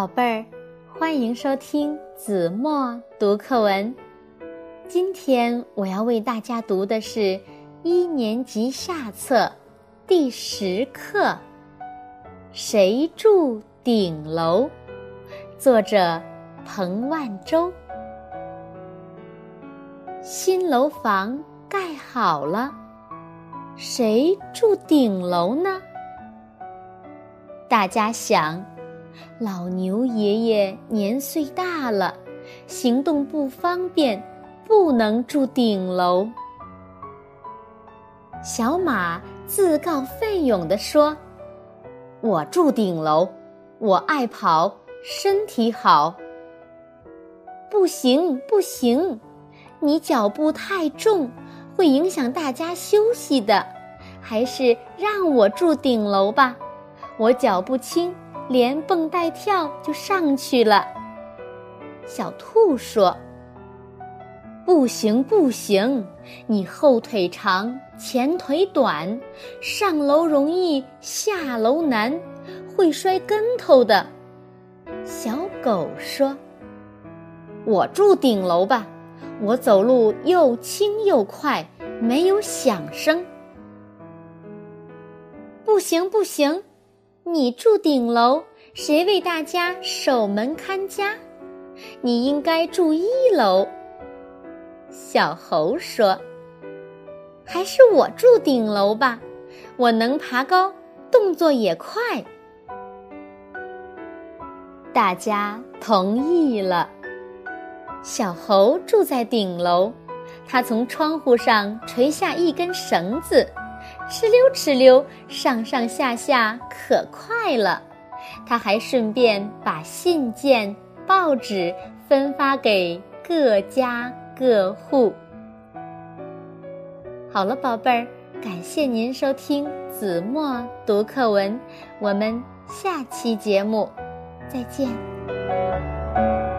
宝贝儿，欢迎收听子墨读课文。今天我要为大家读的是1年级下册第10课谁住顶楼，作者彭万洲。新楼房盖好了，谁住顶楼呢？大家想，老牛爷爷年岁大了，行动不方便，不能住顶楼。小马自告奋勇地说：我住顶楼，我爱跑，身体好。不行不行，你脚步太重，会影响大家休息的，还是让我住顶楼吧，我脚步轻，连蹦带跳就上去了。小兔说：不行不行，你后腿长，前腿短，上楼容易，下楼难，会摔跟头的。小狗说：我住顶楼吧，我走路又轻又快，没有响声。不行不行，你住顶楼，谁为大家守门看家？你应该住1楼。小猴说：还是我住顶楼吧，我能爬高，动作也快。大家同意了。小猴住在顶楼，他从窗户上垂下一根绳子，哧溜哧溜，上上下下可快了。他还顺便把信件、报纸分发给各家各户。好了，宝贝儿，感谢您收听子墨读课文，我们下期节目再见。